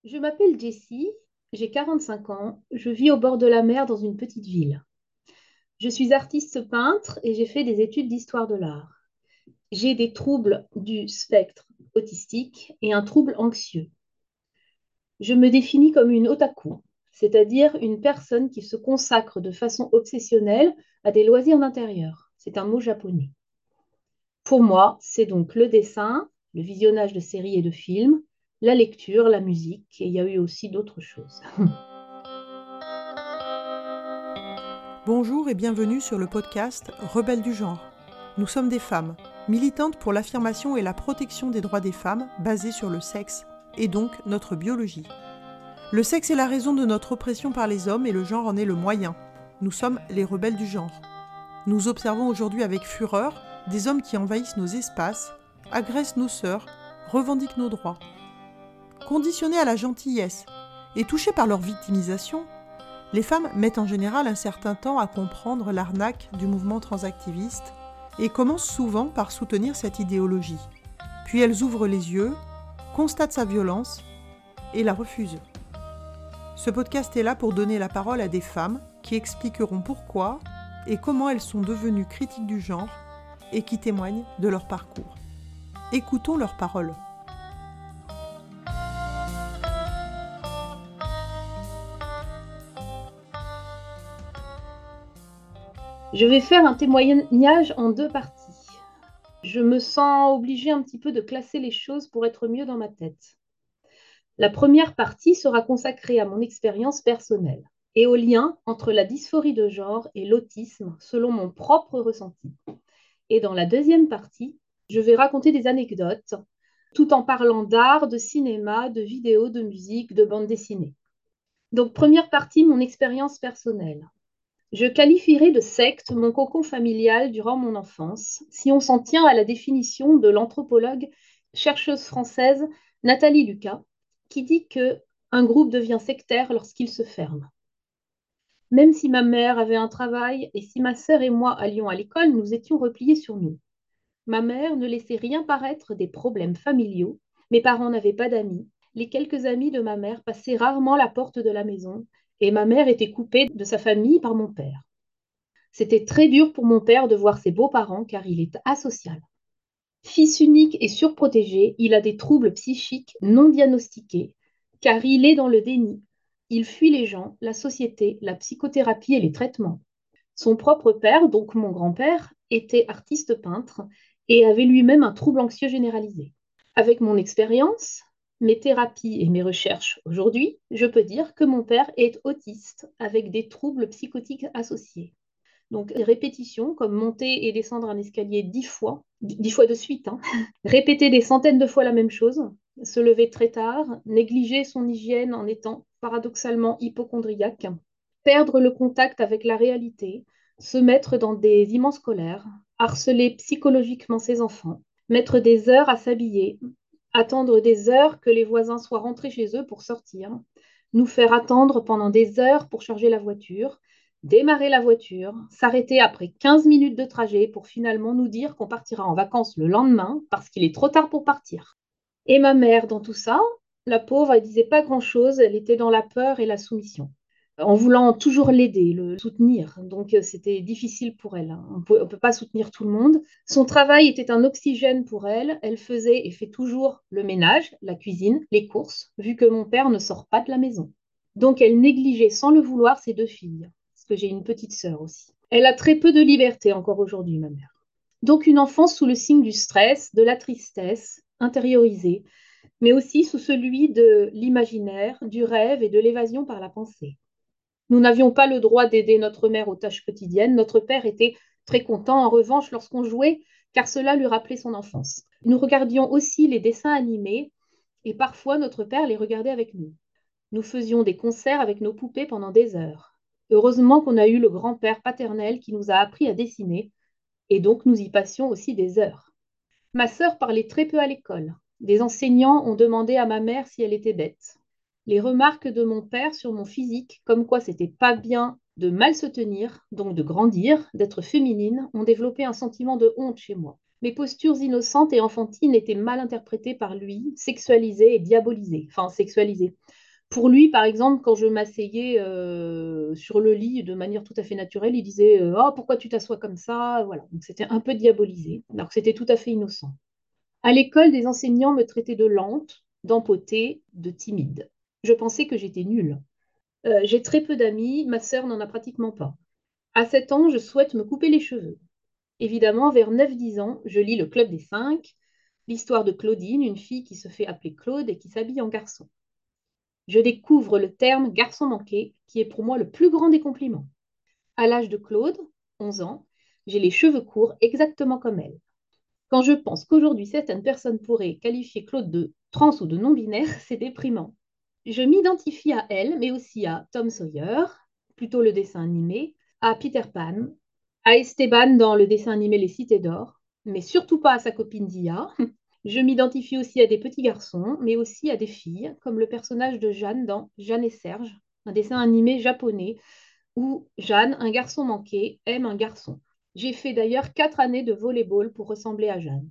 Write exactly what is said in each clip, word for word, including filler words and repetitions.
Je m'appelle Jessie, j'ai quarante-cinq ans, je vis au bord de la mer dans une petite ville. Je suis artiste peintre et j'ai fait des études d'histoire de l'art. J'ai des troubles du spectre autistique et un trouble anxieux. Je me définis comme une otaku, c'est-à-dire une personne qui se consacre de façon obsessionnelle à des loisirs d'intérieur. C'est un mot japonais. Pour moi, c'est donc le dessin, le visionnage de séries et de films, la lecture, la musique, et il y a eu aussi d'autres choses. Bonjour et bienvenue sur le podcast Rebelles du genre. Nous sommes des femmes, militantes pour l'affirmation et la protection des droits des femmes basés sur le sexe, et donc notre biologie. Le sexe est la raison de notre oppression par les hommes et le genre en est le moyen. Nous sommes les rebelles du genre. Nous observons aujourd'hui avec fureur des hommes qui envahissent nos espaces, agressent nos sœurs, revendiquent nos droits. Conditionnés à la gentillesse et touchés par leur victimisation, les femmes mettent en général un certain temps à comprendre l'arnaque du mouvement transactiviste et commencent souvent par soutenir cette idéologie. Puis elles ouvrent les yeux, constatent sa violence et la refusent. Ce podcast est là pour donner la parole à des femmes qui expliqueront pourquoi et comment elles sont devenues critiques du genre et qui témoignent de leur parcours. Écoutons leurs paroles. Je vais faire un témoignage en deux parties. Je me sens obligée un petit peu de classer les choses pour être mieux dans ma tête. La première partie sera consacrée à mon expérience personnelle et au lien entre la dysphorie de genre et l'autisme selon mon propre ressenti. Et dans la deuxième partie, je vais raconter des anecdotes tout en parlant d'art, de cinéma, de vidéo, de musique, de bande dessinée. Donc première partie, mon expérience personnelle. Je qualifierais de secte mon cocon familial durant mon enfance, si on s'en tient à la définition de l'anthropologue chercheuse française Nathalie Lucas, qui dit que un groupe devient sectaire lorsqu'il se ferme. Même si ma mère avait un travail et si ma sœur et moi allions à l'école, nous étions repliés sur nous. Ma mère ne laissait rien paraître des problèmes familiaux. Mes parents n'avaient pas d'amis. Les quelques amis de ma mère passaient rarement la porte de la maison et ma mère était coupée de sa famille par mon père. C'était très dur pour mon père de voir ses beaux-parents car il est asocial. Fils unique et surprotégé, il a des troubles psychiques non diagnostiqués car il est dans le déni. Il fuit les gens, la société, la psychothérapie et les traitements. Son propre père, donc mon grand-père, était artiste peintre et avait lui-même un trouble anxieux généralisé. Avec mon expérience, mes thérapies et mes recherches aujourd'hui, je peux dire que mon père est autiste avec des troubles psychotiques associés. Donc, répétition, comme monter et descendre un escalier dix fois, dix fois de suite, hein. Répéter des centaines de fois la même chose, se lever très tard, négliger son hygiène en étant paradoxalement hypochondriaque, perdre le contact avec la réalité, se mettre dans des immenses colères, harceler psychologiquement ses enfants, mettre des heures à s'habiller, attendre des heures que les voisins soient rentrés chez eux pour sortir, nous faire attendre pendant des heures pour charger la voiture, démarrer la voiture, s'arrêter après quinze minutes de trajet pour finalement nous dire qu'on partira en vacances le lendemain parce qu'il est trop tard pour partir. Et ma mère, dans tout ça, la pauvre, elle disait pas grand-chose, elle était dans la peur et la soumission, en voulant toujours l'aider, le soutenir. Donc, euh, c'était difficile pour elle, hein. On ne peut pas soutenir tout le monde. Son travail était un oxygène pour elle. Elle faisait et fait toujours le ménage, la cuisine, les courses, vu que mon père ne sort pas de la maison. Donc, elle négligeait sans le vouloir ses deux filles, parce que j'ai une petite sœur aussi. Elle a très peu de liberté encore aujourd'hui, ma mère. Donc, une enfance sous le signe du stress, de la tristesse, intériorisée, mais aussi sous celui de l'imaginaire, du rêve et de l'évasion par la pensée. Nous n'avions pas le droit d'aider notre mère aux tâches quotidiennes. Notre père était très content, en revanche, lorsqu'on jouait, car cela lui rappelait son enfance. Nous regardions aussi les dessins animés et parfois notre père les regardait avec nous. Nous faisions des concerts avec nos poupées pendant des heures. Heureusement qu'on a eu le grand-père paternel qui nous a appris à dessiner et donc nous y passions aussi des heures. Ma sœur parlait très peu à l'école. Des enseignants ont demandé à ma mère si elle était bête. Les remarques de mon père sur mon physique, comme quoi c'était pas bien de mal se tenir, donc de grandir, d'être féminine, ont développé un sentiment de honte chez moi. Mes postures innocentes et enfantines étaient mal interprétées par lui, sexualisées et diabolisées. Enfin, sexualisées. Pour lui, par exemple, quand je m'asseyais euh, sur le lit de manière tout à fait naturelle, il disait euh, Oh, pourquoi tu t'assois comme ça? Voilà. Donc c'était un peu diabolisé, alors que c'était tout à fait innocent. À l'école, des enseignants me traitaient de lente, d'empotée, de timide. Je pensais que j'étais nulle. Euh, j'ai très peu d'amis, ma sœur n'en a pratiquement pas. À sept ans, je souhaite me couper les cheveux. Évidemment, vers neuf dix ans, je lis le Club des Cinq, l'histoire de Claudine, une fille qui se fait appeler Claude et qui s'habille en garçon. Je découvre le terme garçon manqué, qui est pour moi le plus grand des compliments. À l'âge de Claude, onze ans, j'ai les cheveux courts exactement comme elle. Quand je pense qu'aujourd'hui certaines personnes pourraient qualifier Claude de trans ou de non-binaire, c'est déprimant. Je m'identifie à elle, mais aussi à Tom Sawyer, plutôt le dessin animé, à Peter Pan, à Esteban dans le dessin animé Les Cités d'Or, mais surtout pas à sa copine Dia. Je m'identifie aussi à des petits garçons, mais aussi à des filles, comme le personnage de Jeanne dans Jeanne et Serge, un dessin animé japonais où Jeanne, un garçon manqué, aime un garçon. J'ai fait d'ailleurs quatre années de volleyball pour ressembler à Jeanne.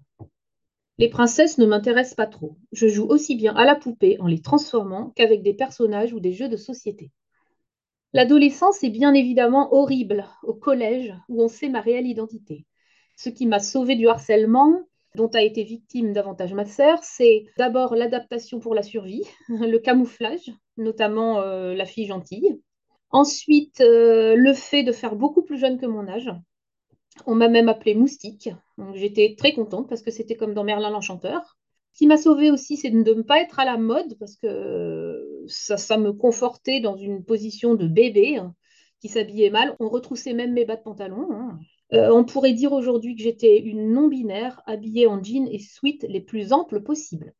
Les princesses ne m'intéressent pas trop. Je joue aussi bien à la poupée en les transformant qu'avec des personnages ou des jeux de société. L'adolescence est bien évidemment horrible au collège où on sait ma réelle identité. Ce qui m'a sauvée du harcèlement, dont a été victime davantage ma sœur, c'est d'abord l'adaptation pour la survie, le camouflage, notamment euh, la fille gentille. Ensuite, euh, le fait de faire beaucoup plus jeune que mon âge. On m'a même appelée Moustique. Donc, j'étais très contente parce que c'était comme dans Merlin l'Enchanteur. Ce qui m'a sauvée aussi, c'est de ne pas être à la mode parce que ça, ça me confortait dans une position de bébé hein, qui s'habillait mal. On retroussait même mes bas de pantalon. Hein. Euh, on pourrait dire aujourd'hui que j'étais une non-binaire habillée en jeans et sweats les plus amples possibles.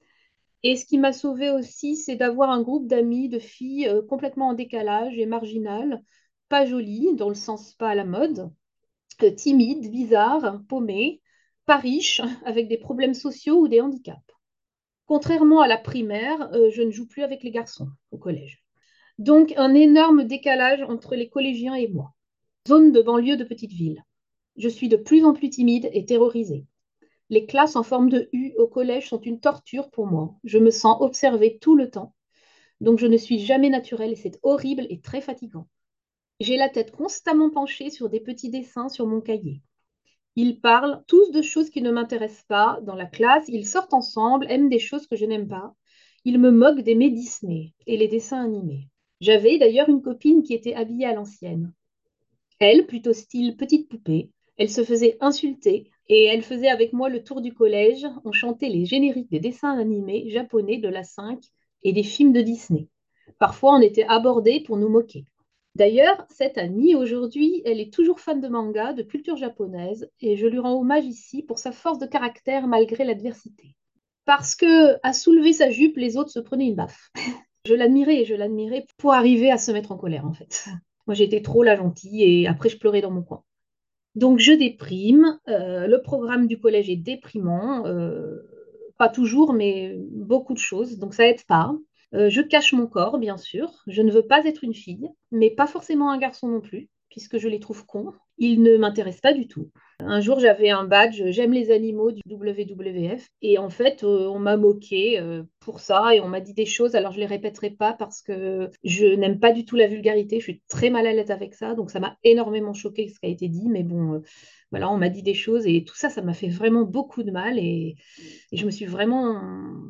Et ce qui m'a sauvée aussi, c'est d'avoir un groupe d'amis, de filles euh, complètement en décalage et marginales, pas jolies, dans le sens pas à la mode, euh, timides, bizarres, paumées, pas riches, avec des problèmes sociaux ou des handicaps. Contrairement à la primaire, euh, je ne joue plus avec les garçons au collège. Donc, un énorme décalage entre les collégiens et moi. Zone de banlieue de petite ville. Je suis de plus en plus timide et terrorisée. Les classes en forme de U au collège sont une torture pour moi. Je me sens observée tout le temps. Donc, je ne suis jamais naturelle et c'est horrible et très fatigant. J'ai la tête constamment penchée sur des petits dessins sur mon cahier. Ils parlent tous de choses qui ne m'intéressent pas dans la classe. Ils sortent ensemble, aiment des choses que je n'aime pas. Ils me moquent d'aimer Disney et les dessins animés. J'avais d'ailleurs une copine qui était habillée à l'ancienne. Elle, plutôt style petite poupée, elle se faisait insulter et elle faisait avec moi le tour du collège. On chantait les génériques des dessins animés japonais de la cinq et des films de Disney. Parfois, on était abordés pour nous moquer. D'ailleurs, cette amie, aujourd'hui, elle est toujours fan de manga, de culture japonaise, et je lui rends hommage ici pour sa force de caractère malgré l'adversité. Parce que à soulever sa jupe, les autres se prenaient une baffe. Je l'admirais et je l'admirais pour arriver à se mettre en colère, en fait. Moi, j'étais trop la gentille et après, je pleurais dans mon coin. Donc, je déprime. Euh, le programme du collège est déprimant. Euh, pas toujours, mais beaucoup de choses. Donc, ça aide pas. Euh, je cache mon corps, bien sûr. Je ne veux pas être une fille, mais pas forcément un garçon non plus, puisque je les trouve cons. Ils ne m'intéressent pas du tout. Un jour, j'avais un badge J'aime les animaux du W W F. Et en fait, euh, on m'a moqué euh, pour ça et on m'a dit des choses. Alors, je ne les répéterai pas parce que je n'aime pas du tout la vulgarité. Je suis très mal à l'aise avec ça. Donc, ça m'a énormément choqué ce qui a été dit. Mais bon, euh, voilà, on m'a dit des choses et tout ça, ça m'a fait vraiment beaucoup de mal. Et, et je me suis vraiment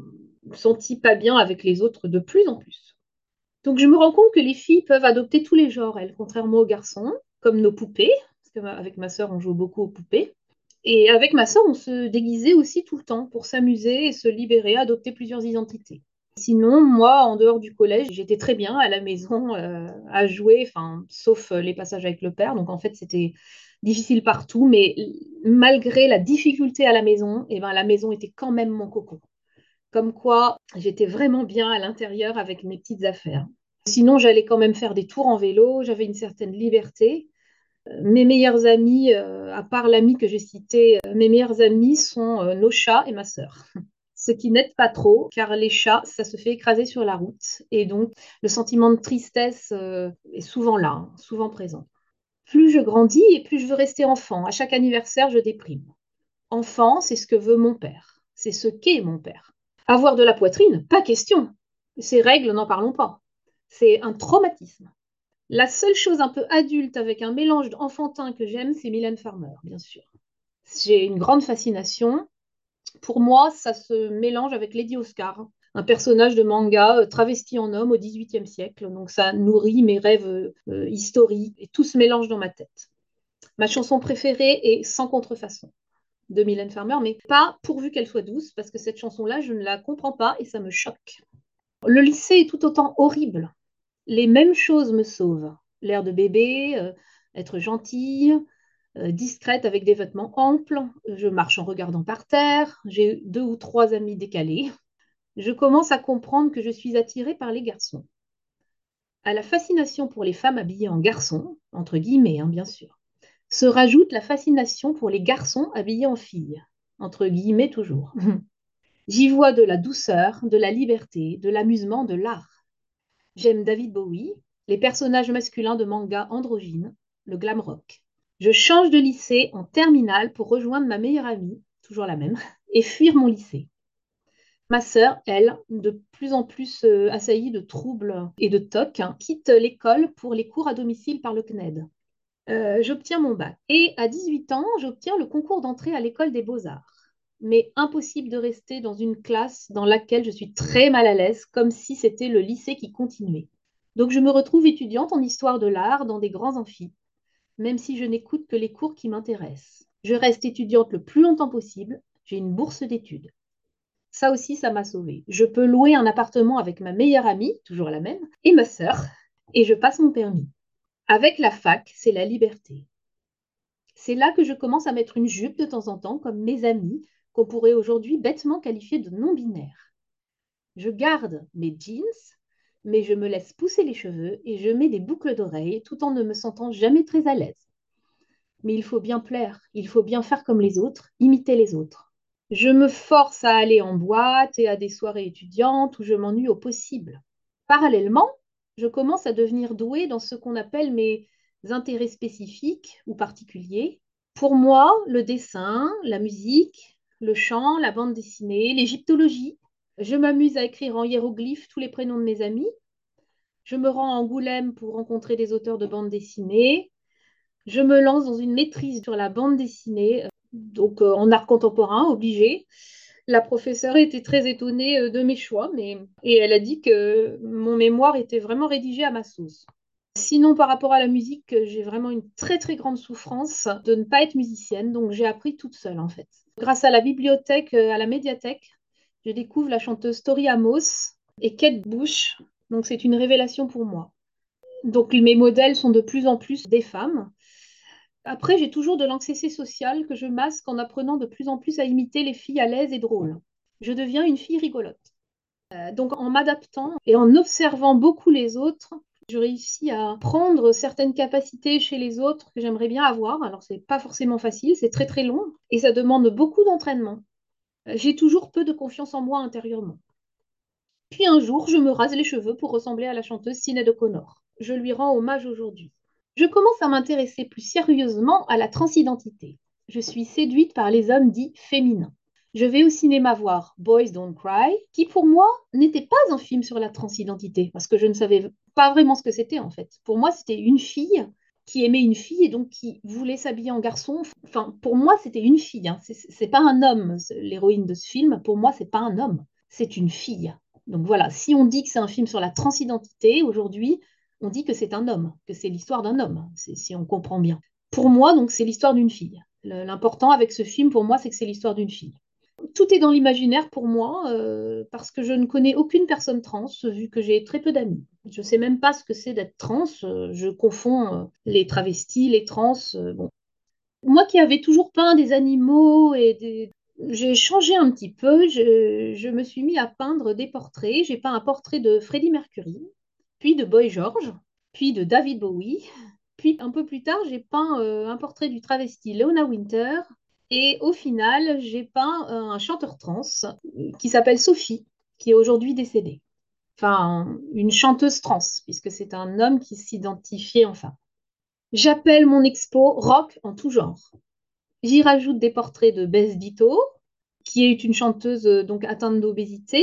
sentie pas bien avec les autres de plus en plus. Donc, je me rends compte que les filles peuvent adopter tous les genres, elles, contrairement aux garçons, comme nos poupées, parce qu'avec ma sœur, on joue beaucoup aux poupées. Et avec ma sœur, on se déguisait aussi tout le temps pour s'amuser et se libérer, adopter plusieurs identités. Sinon, moi, en dehors du collège, j'étais très bien à la maison euh, à jouer, enfin, sauf les passages avec le père. Donc, en fait, c'était difficile partout, mais malgré la difficulté à la maison, eh ben, la maison était quand même mon cocon. Comme quoi, j'étais vraiment bien à l'intérieur avec mes petites affaires. Sinon, j'allais quand même faire des tours en vélo, j'avais une certaine liberté. Mes meilleurs amis, euh, à part l'ami que j'ai cité, euh, mes meilleurs amis sont euh, nos chats et ma sœur. Ce qui n'aide pas trop, car les chats, ça se fait écraser sur la route. Et donc, le sentiment de tristesse euh, est souvent là, hein, souvent présent. Plus je grandis et plus je veux rester enfant. À chaque anniversaire, je déprime. Enfant, c'est ce que veut mon père. C'est ce qu'est mon père. Avoir de la poitrine, pas question. Ces règles, n'en parlons pas. C'est un traumatisme. La seule chose un peu adulte avec un mélange enfantin que j'aime, c'est Mylène Farmer, bien sûr. J'ai une grande fascination. Pour moi, ça se mélange avec Lady Oscar, un personnage de manga euh, travesti en homme au dix-huitième siècle. Donc ça nourrit mes rêves euh, historiques et tout se mélange dans ma tête. Ma chanson préférée est Sans contrefaçon de Mylène Farmer, mais pas pourvu qu'elle soit douce, parce que cette chanson-là, je ne la comprends pas et ça me choque. Le lycée est tout autant horrible. Les mêmes choses me sauvent. L'air de bébé, euh, être gentille, euh, discrète avec des vêtements amples, je marche en regardant par terre, j'ai deux ou trois amis décalés. Je commence à comprendre que je suis attirée par les garçons. À la fascination pour les femmes habillées en garçons, entre guillemets, hein, bien sûr, se rajoute la fascination pour les garçons habillés en filles, entre guillemets toujours. J'y vois de la douceur, de la liberté, de l'amusement, de l'art. J'aime David Bowie, les personnages masculins de manga androgynes, le glam rock. Je change de lycée en terminale pour rejoindre ma meilleure amie, toujours la même, et fuir mon lycée. Ma sœur, elle, de plus en plus euh, assaillie de troubles et de tocs, hein, quitte l'école pour les cours à domicile par le C N E D. Euh, j'obtiens mon bac. Et à dix-huit ans, j'obtiens le concours d'entrée à l'école des beaux-arts. Mais impossible de rester dans une classe dans laquelle je suis très mal à l'aise, comme si c'était le lycée qui continuait. Donc je me retrouve étudiante en histoire de l'art dans des grands amphis, même si je n'écoute que les cours qui m'intéressent. Je reste étudiante le plus longtemps possible, j'ai une bourse d'études. Ça aussi, ça m'a sauvée. Je peux louer un appartement avec ma meilleure amie, toujours la même, et ma sœur, et je passe mon permis. Avec la fac, c'est la liberté. C'est là que je commence à mettre une jupe de temps en temps, comme mes amis, qu'on pourrait aujourd'hui bêtement qualifier de non-binaires. Je garde mes jeans, mais je me laisse pousser les cheveux et je mets des boucles d'oreilles tout en ne me sentant jamais très à l'aise. Mais il faut bien plaire, il faut bien faire comme les autres, imiter les autres. Je me force à aller en boîte et à des soirées étudiantes où je m'ennuie au possible. Parallèlement, je commence à devenir douée dans ce qu'on appelle mes intérêts spécifiques ou particuliers. Pour moi, le dessin, la musique, le chant, la bande dessinée, l'égyptologie. Je m'amuse à écrire en hiéroglyphes tous les prénoms de mes amis. Je me rends à Angoulême pour rencontrer des auteurs de bande dessinée. Je me lance dans une maîtrise sur la bande dessinée, euh, donc euh, en art contemporain, obligé. La professeure était très étonnée euh, de mes choix, mais... et elle a dit que mon mémoire était vraiment rédigé à ma sauce. Sinon, par rapport à la musique, j'ai vraiment une très très grande souffrance de ne pas être musicienne, donc j'ai appris toute seule en fait. Grâce à la bibliothèque, euh, à la médiathèque, je découvre la chanteuse Tori Amos et Kate Bush, donc c'est une révélation pour moi. Donc mes modèles sont de plus en plus des femmes. Après, j'ai toujours de l'anxiété sociale que je masque en apprenant de plus en plus à imiter les filles à l'aise et drôles. Je deviens une fille rigolote. Euh, donc en m'adaptant et en observant beaucoup les autres, je réussis à prendre certaines capacités chez les autres que j'aimerais bien avoir. Alors c'est pas forcément facile, c'est très très long et ça demande beaucoup d'entraînement. Euh, J'ai toujours peu de confiance en moi intérieurement. Puis un jour, je me rase les cheveux pour ressembler à la chanteuse Sinéad O'Connor. Je lui rends hommage aujourd'hui. Je commence à m'intéresser plus sérieusement à la transidentité. Je suis séduite par les hommes dits féminins. Je vais au cinéma voir Boys Don't Cry, qui pour moi n'était pas un film sur la transidentité, parce que je ne savais pas vraiment ce que c'était en fait. Pour moi, c'était une fille qui aimait une fille et donc qui voulait s'habiller en garçon. Enfin, pour moi, c'était une fille. Hein. C'est, c'est pas un homme, l'héroïne de ce film. Pour moi, c'est pas un homme, c'est une fille. Donc voilà, si on dit que c'est un film sur la transidentité aujourd'hui, on dit que c'est un homme, que c'est l'histoire d'un homme, si on comprend bien. Pour moi, donc, c'est l'histoire d'une fille. L'important avec ce film, pour moi, c'est que c'est l'histoire d'une fille. Tout est dans l'imaginaire pour moi, euh, parce que je ne connais aucune personne trans, vu que j'ai très peu d'amis. Je ne sais même pas ce que c'est d'être trans. Euh, je confonds euh, les travestis, les trans. Euh, bon. Moi qui avais toujours peint des animaux et des... J'ai changé un petit peu. Je, je me suis mis à peindre des portraits. J'ai peint un portrait de Freddie Mercury, puis de Boy George, puis de David Bowie. Puis un peu plus tard, j'ai peint euh, un portrait du travesti Leona Winter. Et au final, j'ai peint euh, un chanteur trans euh, qui s'appelle Sophie, qui est aujourd'hui décédée. Enfin, une chanteuse trans, puisque c'est un homme qui s'identifiait en femme. J'appelle mon expo rock en tout genre. J'y rajoute des portraits de Bess Ditto, qui est une chanteuse euh, donc atteinte d'obésité,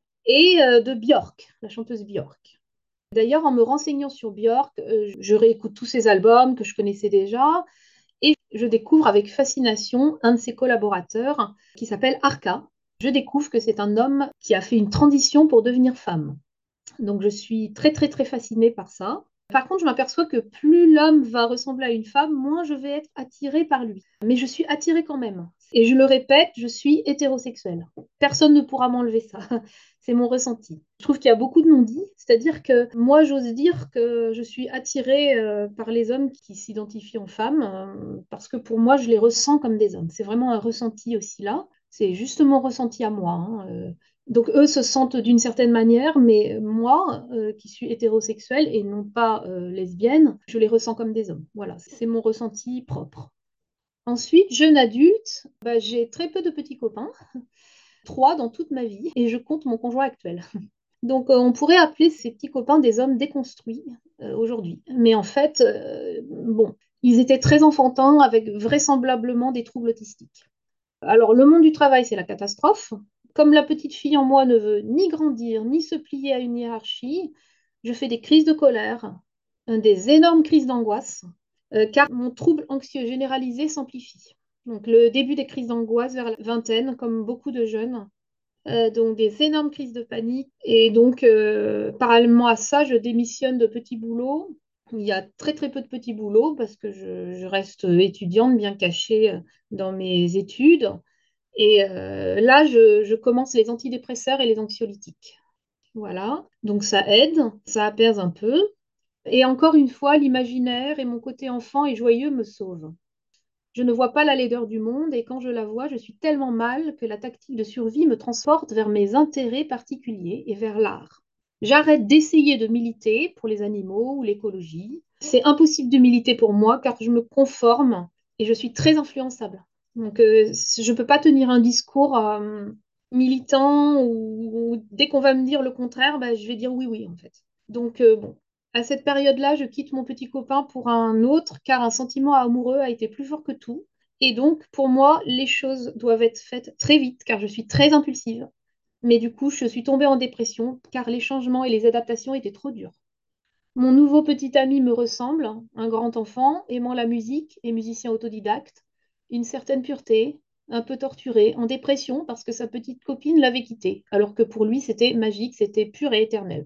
et euh, de Björk, la chanteuse Björk. D'ailleurs, en me renseignant sur Björk, euh, je réécoute tous ses albums que je connaissais déjà, et je découvre avec fascination un de ses collaborateurs qui s'appelle Arka. Je découvre que c'est un homme qui a fait une transition pour devenir femme. Donc je suis très très très fascinée par ça. Par contre, je m'aperçois que plus l'homme va ressembler à une femme, moins je vais être attirée par lui. Mais je suis attirée quand même. Et je le répète, je suis hétérosexuelle. Personne ne pourra m'enlever ça. C'est mon ressenti. Je trouve qu'il y a beaucoup de non-dits, c'est-à-dire que moi, j'ose dire que je suis attirée euh, par les hommes qui s'identifient en femmes, euh, parce que pour moi, je les ressens comme des hommes. C'est vraiment un ressenti aussi là. C'est juste mon ressenti à moi, hein. Euh, donc eux se sentent d'une certaine manière, mais moi, euh, qui suis hétérosexuelle et non pas euh, lesbienne, je les ressens comme des hommes. Voilà, c'est mon ressenti propre. Ensuite, jeune adulte, bah, j'ai très peu de petits copains, trois dans toute ma vie, et je compte mon conjoint actuel. Donc euh, on pourrait appeler ces petits copains des hommes déconstruits euh, aujourd'hui. Mais en fait, euh, bon, ils étaient très enfantins avec vraisemblablement des troubles autistiques. Alors, le monde du travail, c'est la catastrophe. Comme la petite fille en moi ne veut ni grandir, ni se plier à une hiérarchie, je fais des crises de colère, euh, des énormes crises d'angoisse, euh, car mon trouble anxieux généralisé s'amplifie. Donc, le début des crises d'angoisse vers la vingtaine, comme beaucoup de jeunes, euh, donc des énormes crises de panique. Et donc, euh, parallèlement à ça, je démissionne de petits boulots. Il y a très très peu de petits boulots parce que je, je reste étudiante, bien cachée euh, dans mes études. Et euh, là, je, je commence les antidépresseurs et les anxiolytiques. Voilà, donc ça aide, ça apaise un peu. Et encore une fois, l'imaginaire et mon côté enfant et joyeux me sauvent. Je ne vois pas la laideur du monde et quand je la vois, je suis tellement mal que la tactique de survie me transporte vers mes intérêts particuliers et vers l'art. J'arrête d'essayer de militer pour les animaux ou l'écologie. C'est impossible de militer pour moi car je me conforme et je suis très influençable. Donc, euh, je ne peux pas tenir un discours euh, militant ou, ou dès qu'on va me dire le contraire, bah, je vais dire oui, oui, en fait. Donc, euh, bon, à cette période-là, je quitte mon petit copain pour un autre, car un sentiment amoureux a été plus fort que tout. Et donc, pour moi, les choses doivent être faites très vite, car je suis très impulsive. Mais du coup, je suis tombée en dépression, car les changements et les adaptations étaient trop durs. Mon nouveau petit ami me ressemble, un grand enfant, aimant la musique et musicien autodidacte, une certaine pureté, un peu torturé, en dépression parce que sa petite copine l'avait quitté, alors que pour lui c'était magique, c'était pur et éternel.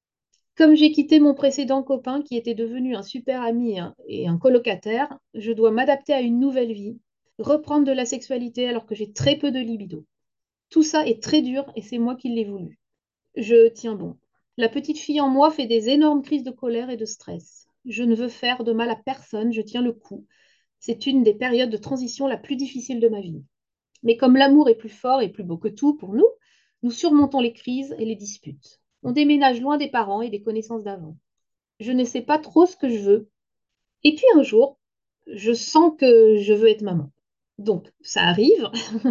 Comme j'ai quitté mon précédent copain qui était devenu un super ami hein, et un colocataire, je dois m'adapter à une nouvelle vie, reprendre de la sexualité alors que j'ai très peu de libido. Tout ça est très dur et c'est moi qui l'ai voulu. Je tiens bon. La petite fille en moi fait des énormes crises de colère et de stress. Je ne veux faire de mal à personne, je tiens le coup. C'est une des périodes de transition la plus difficile de ma vie. Mais comme l'amour est plus fort et plus beau que tout pour nous, nous surmontons les crises et les disputes. On déménage loin des parents et des connaissances d'avant. Je ne sais pas trop ce que je veux. Et puis un jour, je sens que je veux être maman. Donc, ça arrive.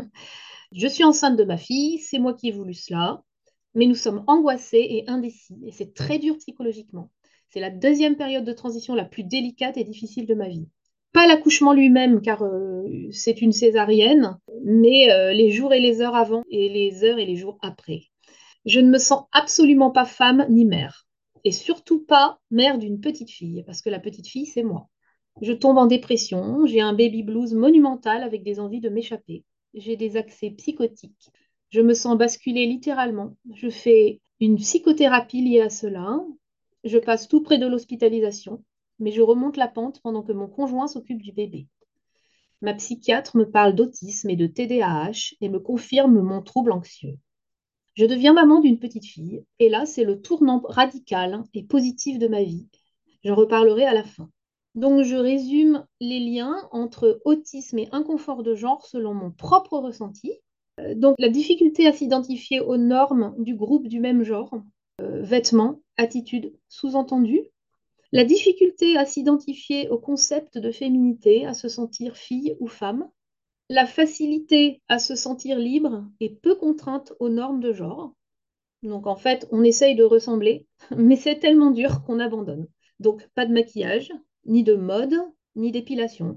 Je suis enceinte de ma fille, c'est moi qui ai voulu cela, mais nous sommes angoissés et indécis, et c'est très dur psychologiquement. C'est la deuxième période de transition la plus délicate et difficile de ma vie. Pas l'accouchement lui-même, car euh, c'est une césarienne, mais euh, les jours et les heures avant, et les heures et les jours après. Je ne me sens absolument pas femme ni mère, et surtout pas mère d'une petite fille, parce que la petite fille, c'est moi. Je tombe en dépression, j'ai un baby blues monumental avec des envies de m'échapper. J'ai des accès psychotiques. Je me sens basculer littéralement. Je fais une psychothérapie liée à cela. Je passe tout près de l'hospitalisation, mais je remonte la pente pendant que mon conjoint s'occupe du bébé. Ma psychiatre me parle d'autisme et de T D A H et me confirme mon trouble anxieux. Je deviens maman d'une petite fille, et là, c'est le tournant radical et positif de ma vie. J'en reparlerai à la fin. Donc, je résume les liens entre autisme et inconfort de genre selon mon propre ressenti. Euh, donc, la difficulté à s'identifier aux normes du groupe du même genre, euh, vêtements, attitudes, sous-entendu. La difficulté à s'identifier au concept de féminité, à se sentir fille ou femme. La facilité à se sentir libre et peu contrainte aux normes de genre. Donc, en fait, on essaye de ressembler, mais c'est tellement dur qu'on abandonne. Donc, pas de maquillage, ni de mode, ni d'épilation.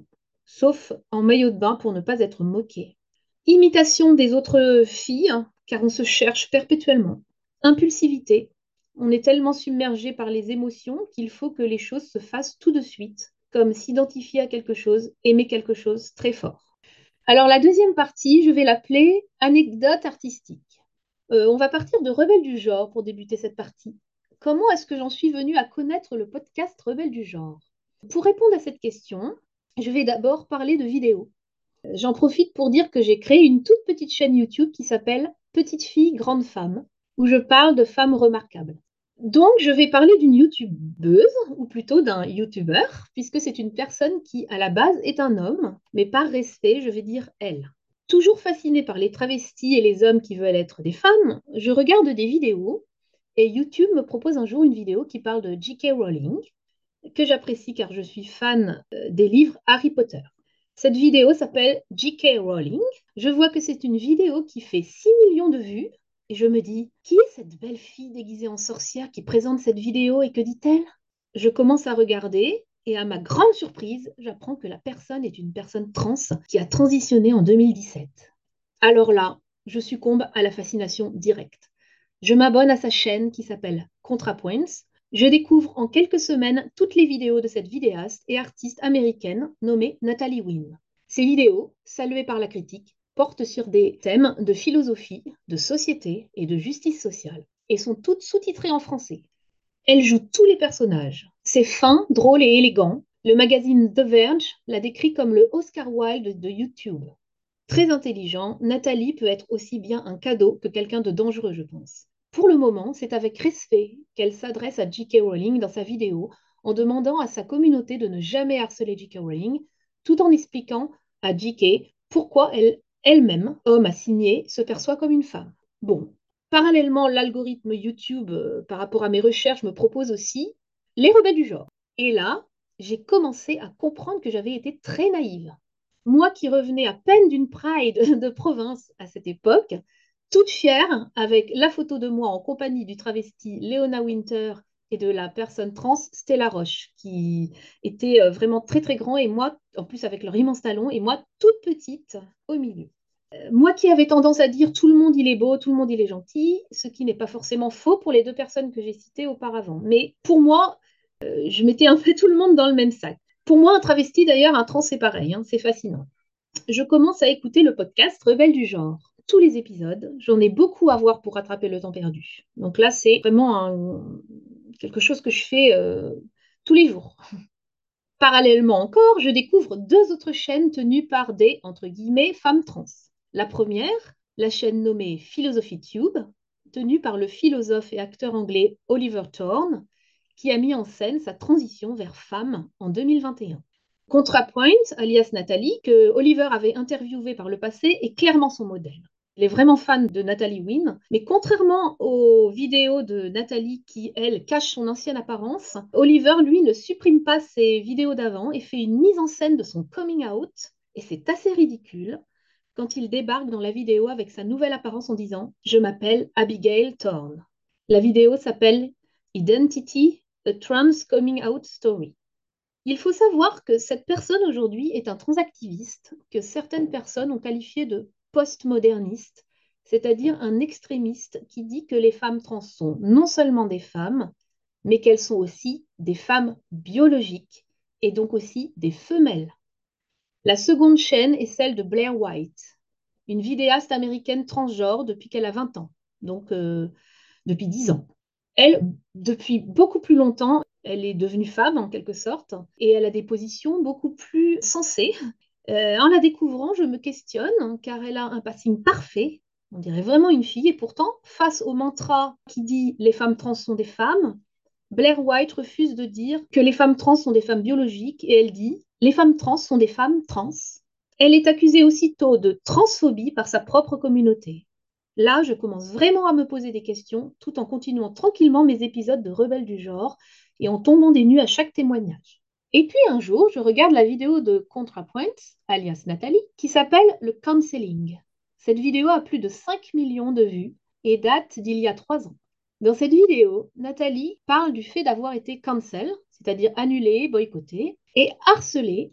sauf en maillot de bain pour ne pas être moquée. Imitation des autres filles, hein, car on se cherche perpétuellement. Impulsivité. On est tellement submergé par les émotions qu'il faut que les choses se fassent tout de suite, comme s'identifier à quelque chose, aimer quelque chose très fort. Alors la deuxième partie, je vais l'appeler anecdote artistique. Euh, on va partir de Rebelle du genre pour débuter cette partie. Comment est-ce que j'en suis venue à connaître le podcast Rebelle du genre? Pour répondre à cette question, je vais d'abord parler de vidéos. J'en profite pour dire que j'ai créé une toute petite chaîne YouTube qui s'appelle Petite fille, grande femme, où je parle de femmes remarquables. Donc, je vais parler d'une YouTubeuse, ou plutôt d'un YouTuber, puisque c'est une personne qui, à la base, est un homme, mais par respect, je vais dire elle. Toujours fascinée par les travestis et les hommes qui veulent être des femmes, je regarde des vidéos, et YouTube me propose un jour une vidéo qui parle de J K. Rowling, que j'apprécie car je suis fan euh, des livres Harry Potter. Cette vidéo s'appelle J K. Rowling. Je vois que c'est une vidéo qui fait six millions de vues et je me dis, qui est cette belle fille déguisée en sorcière qui présente cette vidéo et que dit-elle? Je commence à regarder et à ma grande surprise, j'apprends que la personne est une personne trans qui a transitionné en deux mille dix-sept. Alors là, je succombe à la fascination directe. Je m'abonne à sa chaîne qui s'appelle ContraPoints. Je découvre en quelques semaines toutes les vidéos de cette vidéaste et artiste américaine nommée Natalie Wynn. Ces vidéos, saluées par la critique, portent sur des thèmes de philosophie, de société et de justice sociale, et sont toutes sous-titrées en français. Elle joue tous les personnages. C'est fin, drôle et élégant. Le magazine The Verge la décrit comme le Oscar Wilde de YouTube. Très intelligent, Nathalie peut être aussi bien un cadeau que quelqu'un de dangereux, je pense. Pour le moment, c'est avec respect qu'elle s'adresse à J K. Rowling dans sa vidéo en demandant à sa communauté de ne jamais harceler J K. Rowling, tout en expliquant à J K pourquoi elle, elle-même, homme à signer, se perçoit comme une femme. Bon, parallèlement, l'algorithme YouTube, euh, par rapport à mes recherches, me propose aussi les rebelles du genre. Et là, j'ai commencé à comprendre que j'avais été très naïve. Moi qui revenais à peine d'une Pride de province à cette époque, toute fière, avec la photo de moi en compagnie du travesti Léona Winter et de la personne trans Stella Roche, qui était euh, vraiment très très grand, et moi, en plus avec leur immense talon, et moi toute petite au milieu. Euh, moi qui avais tendance à dire tout le monde il est beau, tout le monde il est gentil, ce qui n'est pas forcément faux pour les deux personnes que j'ai citées auparavant. Mais pour moi, euh, je mettais un peu tout le monde dans le même sac. Pour moi, un travesti, d'ailleurs, un trans, c'est pareil, hein, c'est fascinant. Je commence à écouter le podcast Rebelle du genre. Tous les épisodes, j'en ai beaucoup à voir pour rattraper le temps perdu. Donc là, c'est vraiment un- quelque chose que je fais euh, tous les jours. Parallèlement encore, je découvre deux autres chaînes tenues par des, entre guillemets, femmes trans. La première, la chaîne nommée Philosophy Tube, tenue par le philosophe et acteur anglais Oliver Thorne, qui a mis en scène sa transition vers femme en deux mille vingt et un. ContraPoint, alias Nathalie, que Oliver avait interviewé par le passé, est clairement son modèle. Il est vraiment fan de Nathalie Wynn, mais contrairement aux vidéos de Nathalie qui, elle, cache son ancienne apparence, Oliver, lui, ne supprime pas ses vidéos d'avant et fait une mise en scène de son coming out, et c'est assez ridicule quand il débarque dans la vidéo avec sa nouvelle apparence en disant « Je m'appelle Abigail Thorne ». La vidéo s'appelle « Identity, a Trans Coming Out Story ». Il faut savoir que cette personne aujourd'hui est un transactiviste que certaines personnes ont qualifié de postmoderniste, c'est-à-dire un extrémiste qui dit que les femmes trans sont non seulement des femmes, mais qu'elles sont aussi des femmes biologiques et donc aussi des femelles. La seconde chaîne est celle de Blair White, une vidéaste américaine transgenre depuis qu'elle a vingt ans, donc euh, depuis dix ans. Elle, depuis beaucoup plus longtemps, elle est devenue femme en quelque sorte, et elle a des positions beaucoup plus sensées. Euh, en la découvrant, je me questionne, car elle a un passing parfait, on dirait vraiment une fille, et pourtant, face au mantra qui dit les femmes trans sont des femmes, Blair White refuse de dire que les femmes trans sont des femmes biologiques, et elle dit les femmes trans sont des femmes trans. Elle est accusée aussitôt de transphobie par sa propre communauté. Là, je commence vraiment à me poser des questions, tout en continuant tranquillement mes épisodes de Rebelles du genre et en tombant des nues à chaque témoignage. Et puis un jour, je regarde la vidéo de ContraPoint, alias Nathalie, qui s'appelle le counseling. Cette vidéo a plus de cinq millions de vues et date d'il y a trois ans. Dans cette vidéo, Nathalie parle du fait d'avoir été cancel, c'est-à-dire annulée, boycottée, et harcelée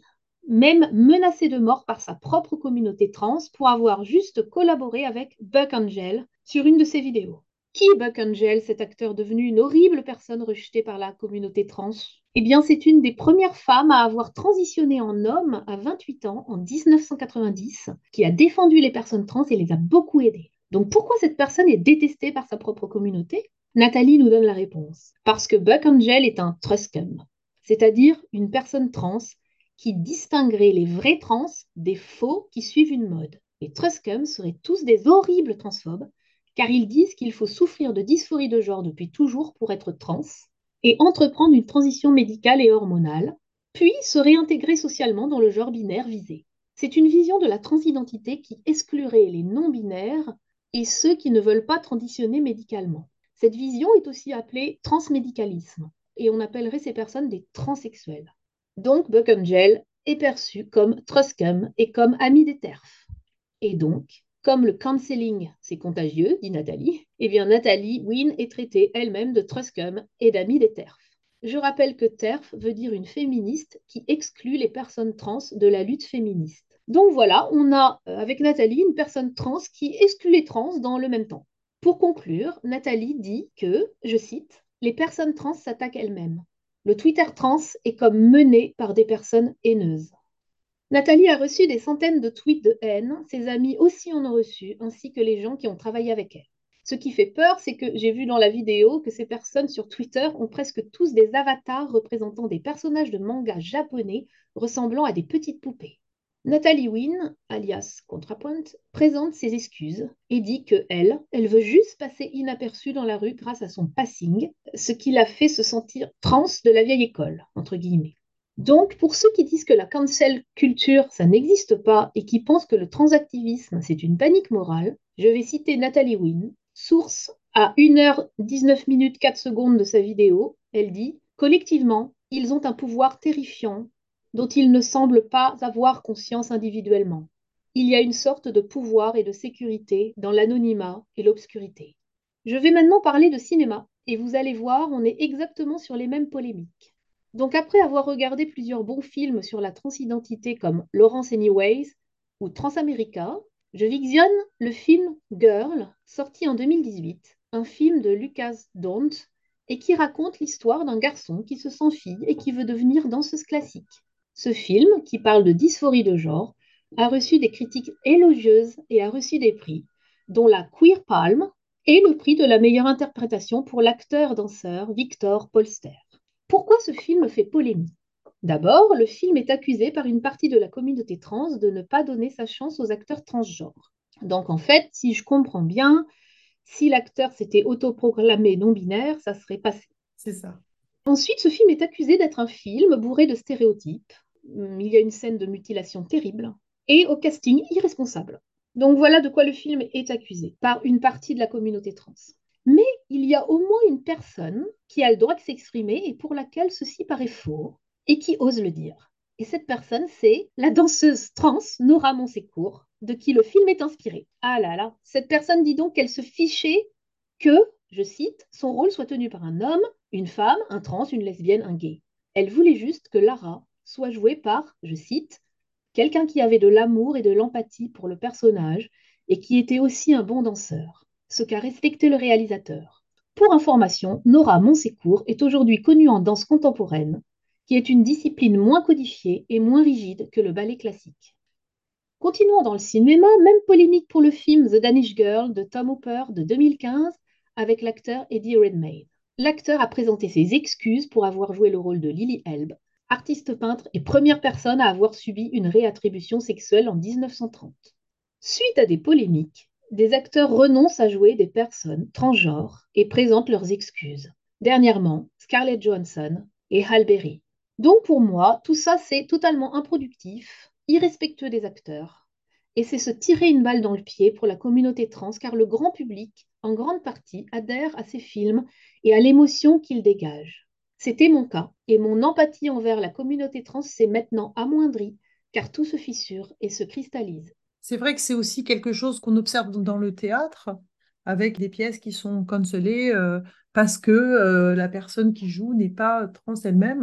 même menacé de mort par sa propre communauté trans pour avoir juste collaboré avec Buck Angel sur une de ses vidéos. Qui est Buck Angel, cet acteur devenu une horrible personne rejetée par la communauté trans? Eh bien, c'est une des premières femmes à avoir transitionné en homme à vingt-huit ans en mille neuf cent quatre-vingt-dix, qui a défendu les personnes trans et les a beaucoup aidées. Donc pourquoi cette personne est détestée par sa propre communauté? Nathalie nous donne la réponse. Parce que Buck Angel est un truscum, c'est-à-dire une personne trans qui distinguerait les vrais trans des faux qui suivent une mode. Les truscums seraient tous des horribles transphobes, car ils disent qu'il faut souffrir de dysphorie de genre depuis toujours pour être trans, et entreprendre une transition médicale et hormonale, puis se réintégrer socialement dans le genre binaire visé. C'est une vision de la transidentité qui exclurait les non-binaires et ceux qui ne veulent pas transitionner médicalement. Cette vision est aussi appelée transmédicalisme, et on appellerait ces personnes des transsexuels. Donc, Buck Angel est perçu comme truscum et comme ami des TERF. Et donc, comme le counseling, c'est contagieux, dit Nathalie, eh bien Nathalie Wynne est traitée elle-même de truscum et d'amie des TERF. Je rappelle que TERF veut dire une féministe qui exclut les personnes trans de la lutte féministe. Donc voilà, on a euh, avec Nathalie une personne trans qui exclut les trans dans le même temps. Pour conclure, Nathalie dit que, je cite, les personnes trans s'attaquent elles-mêmes. Le Twitter trans est comme mené par des personnes haineuses. Nathalie a reçu des centaines de tweets de haine, ses amis aussi en ont reçu, ainsi que les gens qui ont travaillé avec elle. Ce qui fait peur, c'est que j'ai vu dans la vidéo que ces personnes sur Twitter ont presque tous des avatars représentant des personnages de manga japonais ressemblant à des petites poupées. Nathalie Wynne, alias ContraPoint, présente ses excuses et dit que elle, elle veut juste passer inaperçue dans la rue grâce à son passing, ce qui l'a fait se sentir trans de la vieille école, entre guillemets. Donc, pour ceux qui disent que la cancel culture, ça n'existe pas et qui pensent que le transactivisme, c'est une panique morale, je vais citer Nathalie Wynne, source à une heure dix-neuf minutes quatre secondes de sa vidéo. Elle dit collectivement, ils ont un pouvoir terrifiant dont ils ne semblent pas avoir conscience individuellement. Il y a une sorte de pouvoir et de sécurité dans l'anonymat et l'obscurité. Je vais maintenant parler de cinéma et vous allez voir, on est exactement sur les mêmes polémiques. Donc après avoir regardé plusieurs bons films sur la transidentité comme Lawrence Anyways ou Transamerica, je visionne le film Girl, sorti en deux mille dix-huit, un film de Lucas Dont et qui raconte l'histoire d'un garçon qui se sent fille et qui veut devenir danseuse classique. Ce film, qui parle de dysphorie de genre, a reçu des critiques élogieuses et a reçu des prix, dont la Queer Palm et le prix de la meilleure interprétation pour l'acteur-danseur Victor Polster. Pourquoi ce film fait polémique? D'abord, le film est accusé par une partie de la communauté trans de ne pas donner sa chance aux acteurs transgenres. Donc en fait, si je comprends bien, si l'acteur s'était autoproclamé non-binaire, ça serait passé. C'est ça. Ensuite, ce film est accusé d'être un film bourré de stéréotypes. Il y a une scène de mutilation terrible et au casting irresponsable. Donc voilà de quoi le film est accusé par une partie de la communauté trans. Mais il y a au moins une personne qui a le droit de s'exprimer et pour laquelle ceci paraît faux et qui ose le dire. Et cette personne, c'est la danseuse trans Nora Monsecourt, de qui le film est inspiré. Ah là là, cette personne dit donc qu'elle se fichait que, je cite, son rôle soit tenu par un homme, une femme, un trans, une lesbienne, un gay. Elle voulait juste que Lara soit jouée par, je cite, quelqu'un qui avait de l'amour et de l'empathie pour le personnage et qui était aussi un bon danseur, ce qu'a respecté le réalisateur. Pour information, Nora Monsecourt est aujourd'hui connue en danse contemporaine, qui est une discipline moins codifiée et moins rigide que le ballet classique. Continuons dans le cinéma, même polémique pour le film The Danish Girl de Tom Hooper de deux mille quinze avec l'acteur Eddie Redmayne. L'acteur a présenté ses excuses pour avoir joué le rôle de Lily Elbe, artiste peintre et première personne à avoir subi une réattribution sexuelle en mille neuf cent trente. Suite à des polémiques, des acteurs renoncent à jouer des personnes transgenres et présentent leurs excuses. Dernièrement, Scarlett Johansson et Halle Berry. Donc pour moi, tout ça c'est totalement improductif, irrespectueux des acteurs. Et c'est se tirer une balle dans le pied pour la communauté trans car le grand public, en grande partie, adhère à ces films et à l'émotion qu'ils dégagent. C'était mon cas et mon empathie envers la communauté trans s'est maintenant amoindrie car tout se fissure et se cristallise. C'est vrai que c'est aussi quelque chose qu'on observe dans le théâtre, avec des pièces qui sont cancelées euh, parce que euh, la personne qui joue n'est pas trans elle-même.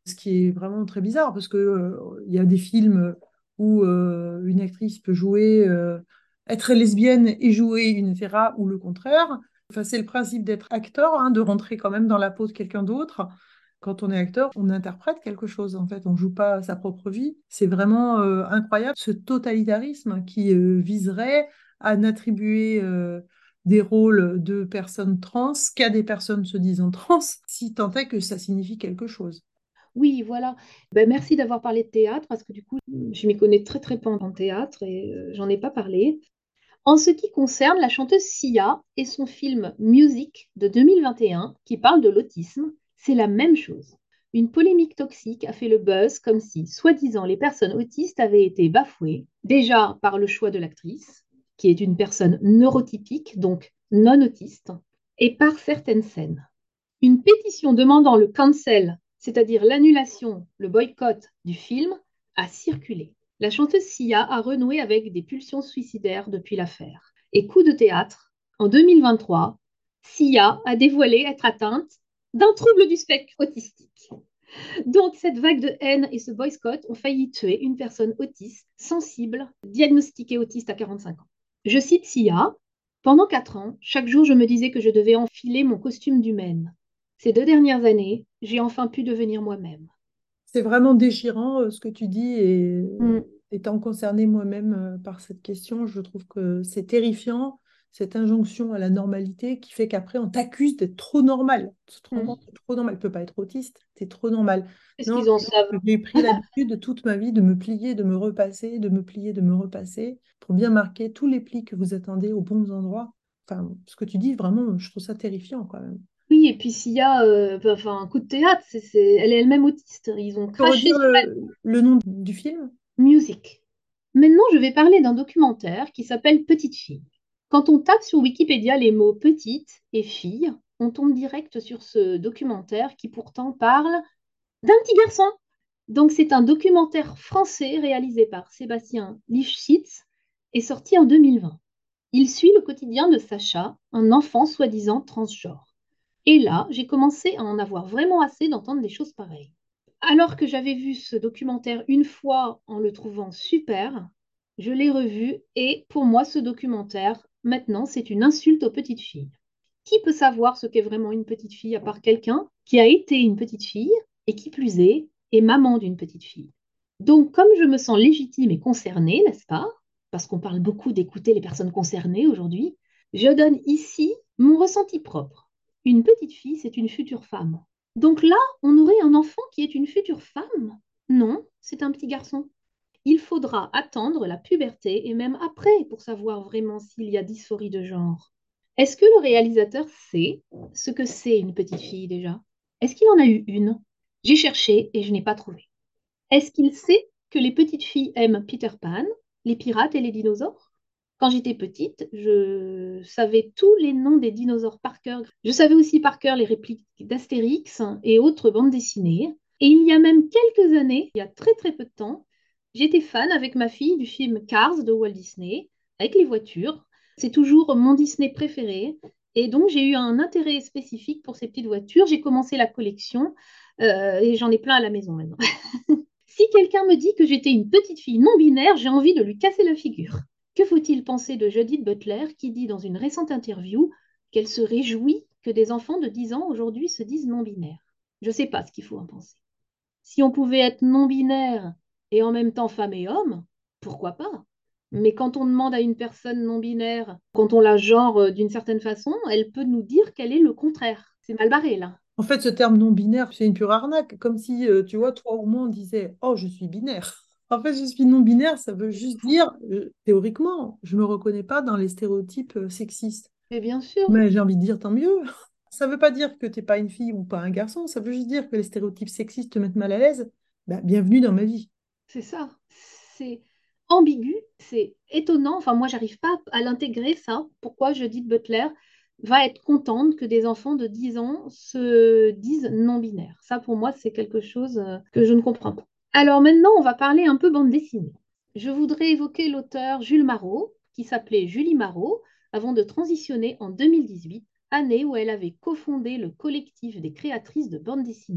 Ce qui est vraiment très bizarre parce que euh, il y a des films où euh, une actrice peut jouer, euh, être lesbienne et jouer une Vera ou le contraire. Enfin, c'est le principe d'être acteur, hein, de rentrer quand même dans la peau de quelqu'un d'autre. Quand on est acteur, on interprète quelque chose, en fait, on ne joue pas sa propre vie. C'est vraiment euh, incroyable ce totalitarisme qui euh, viserait à n'attribuer euh, des rôles de personnes trans qu'à des personnes se disant trans, si tant est que ça signifie quelque chose. Oui, voilà. Ben, merci d'avoir parlé de théâtre parce que du coup, je m'y connais très très peu en théâtre et euh, j'en ai pas parlé. En ce qui concerne la chanteuse Sia et son film Music de deux mille vingt et un qui parle de l'autisme, c'est la même chose. Une polémique toxique a fait le buzz comme si, soi-disant, les personnes autistes avaient été bafouées, déjà par le choix de l'actrice, qui est une personne neurotypique, donc non autiste, et par certaines scènes. Une pétition demandant le cancel, c'est-à-dire l'annulation, le boycott du film, a circulé. La chanteuse Sia a renoué avec des pulsions suicidaires depuis l'affaire. Et coup de théâtre, en deux mille vingt-trois, Sia a dévoilé être atteinte d'un trouble du spectre autistique. Donc cette vague de haine et ce boycott ont failli tuer une personne autiste, sensible, diagnostiquée autiste à quarante-cinq ans. Je cite Sia: pendant quatre ans, chaque jour je me disais que je devais enfiler mon costume d'humaine. Ces deux dernières années, j'ai enfin pu devenir moi-même. C'est vraiment déchirant euh, ce que tu dis et Mm, étant concernée moi-même euh, par cette question, je trouve que c'est terrifiant, cette injonction à la normalité qui fait qu'après on t'accuse d'être trop normal. Tu te rends mm. compte, t'es trop normal, tu peux pas être autiste, t'es trop normal. Qu'est-ce Non, qu'ils en mais savent? j'ai pris l'habitude toute ma vie de me plier, de me repasser, de me plier, de me repasser pour bien marquer tous les plis que vous attendez aux bons endroits. Enfin, ce que tu dis, vraiment, je trouve ça terrifiant quand même. Oui, et puis Sia, euh, enfin, un coup de théâtre, c'est, c'est- elle est elle-même autiste. Ils ont Tu peux craché redire sur le, le nom du film? la musique. Maintenant, je vais parler d'un documentaire qui s'appelle Petite fille. Quand on tape sur Wikipédia les mots petite et fille, on tombe direct sur ce documentaire qui pourtant parle d'un petit garçon. Donc, c'est un documentaire français réalisé par Sébastien Lifshitz et sorti en deux mille vingt. Il suit le quotidien de Sacha, un enfant soi-disant transgenre. Et là, j'ai commencé à en avoir vraiment assez d'entendre des choses pareilles. Alors que j'avais vu ce documentaire une fois en le trouvant super, je l'ai revu et pour moi, ce documentaire, maintenant, c'est une insulte aux petites filles. Qui peut savoir ce qu'est vraiment une petite fille à part quelqu'un qui a été une petite fille et qui plus est, est maman d'une petite fille? Donc, comme je me sens légitime et concernée, n'est-ce pas? Parce qu'on parle beaucoup d'écouter les personnes concernées aujourd'hui, je donne ici mon ressenti propre. Une petite fille, c'est une future femme. Donc là, on aurait un enfant qui est une future femme? Non, c'est un petit garçon. Il faudra attendre la puberté et même après pour savoir vraiment s'il y a dysphorie de genre. Est-ce que le réalisateur sait ce que c'est une petite fille déjà? Est-ce qu'il en a eu une? J'ai cherché et je n'ai pas trouvé. Est-ce qu'il sait que les petites filles aiment Peter Pan, les pirates et les dinosaures? Quand j'étais petite, je savais tous les noms des dinosaures par cœur. Je savais aussi par cœur les répliques d'Astérix et autres bandes dessinées. Et il y a même quelques années, il y a très très peu de temps, j'étais fan avec ma fille du film Cars de Walt Disney, avec les voitures. C'est toujours mon Disney préféré. Et donc j'ai eu un intérêt spécifique pour ces petites voitures. J'ai commencé la collection euh, et j'en ai plein à la maison maintenant. Si quelqu'un me dit que j'étais une petite fille non binaire, j'ai envie de lui casser la figure. Que faut-il penser de Judith Butler qui dit dans une récente interview qu'elle se réjouit que des enfants de dix ans aujourd'hui se disent non binaires? Je ne sais pas ce qu'il faut en penser. Si on pouvait être non binaire et en même temps femme et homme, pourquoi pas? Mais quand on demande à une personne non binaire, quand on la genre euh, d'une certaine façon, elle peut nous dire qu'elle est le contraire. C'est mal barré là. En fait, ce terme non-binaire, c'est une pure arnaque. Comme si, euh, tu vois, toi ou moi, on disait, oh, je suis binaire. En fait, je suis non-binaire, ça veut juste dire, euh, théoriquement, je ne me reconnais pas dans les stéréotypes euh, sexistes. Mais bien sûr, Mais j'ai envie de dire, tant mieux. Ça ne veut pas dire que tu n'es pas une fille ou pas un garçon, ça veut juste dire que les stéréotypes sexistes te mettent mal à l'aise. Bah, bienvenue dans ma vie. c'est ça. C'est ambigu, c'est étonnant. Enfin, moi, j'arrive pas à l'intégrer, ça. Pourquoi Judith Butler va être contente que des enfants de dix ans se disent non-binaires. Ça, pour moi, c'est quelque chose euh, que je ne comprends pas. Alors maintenant, on va parler un peu bande dessinée. Je voudrais évoquer l'auteur Jules Marot, qui s'appelait Julie Marot, avant de transitionner en deux mille dix-huit, année où elle avait cofondé le collectif des créatrices de bande dessinée.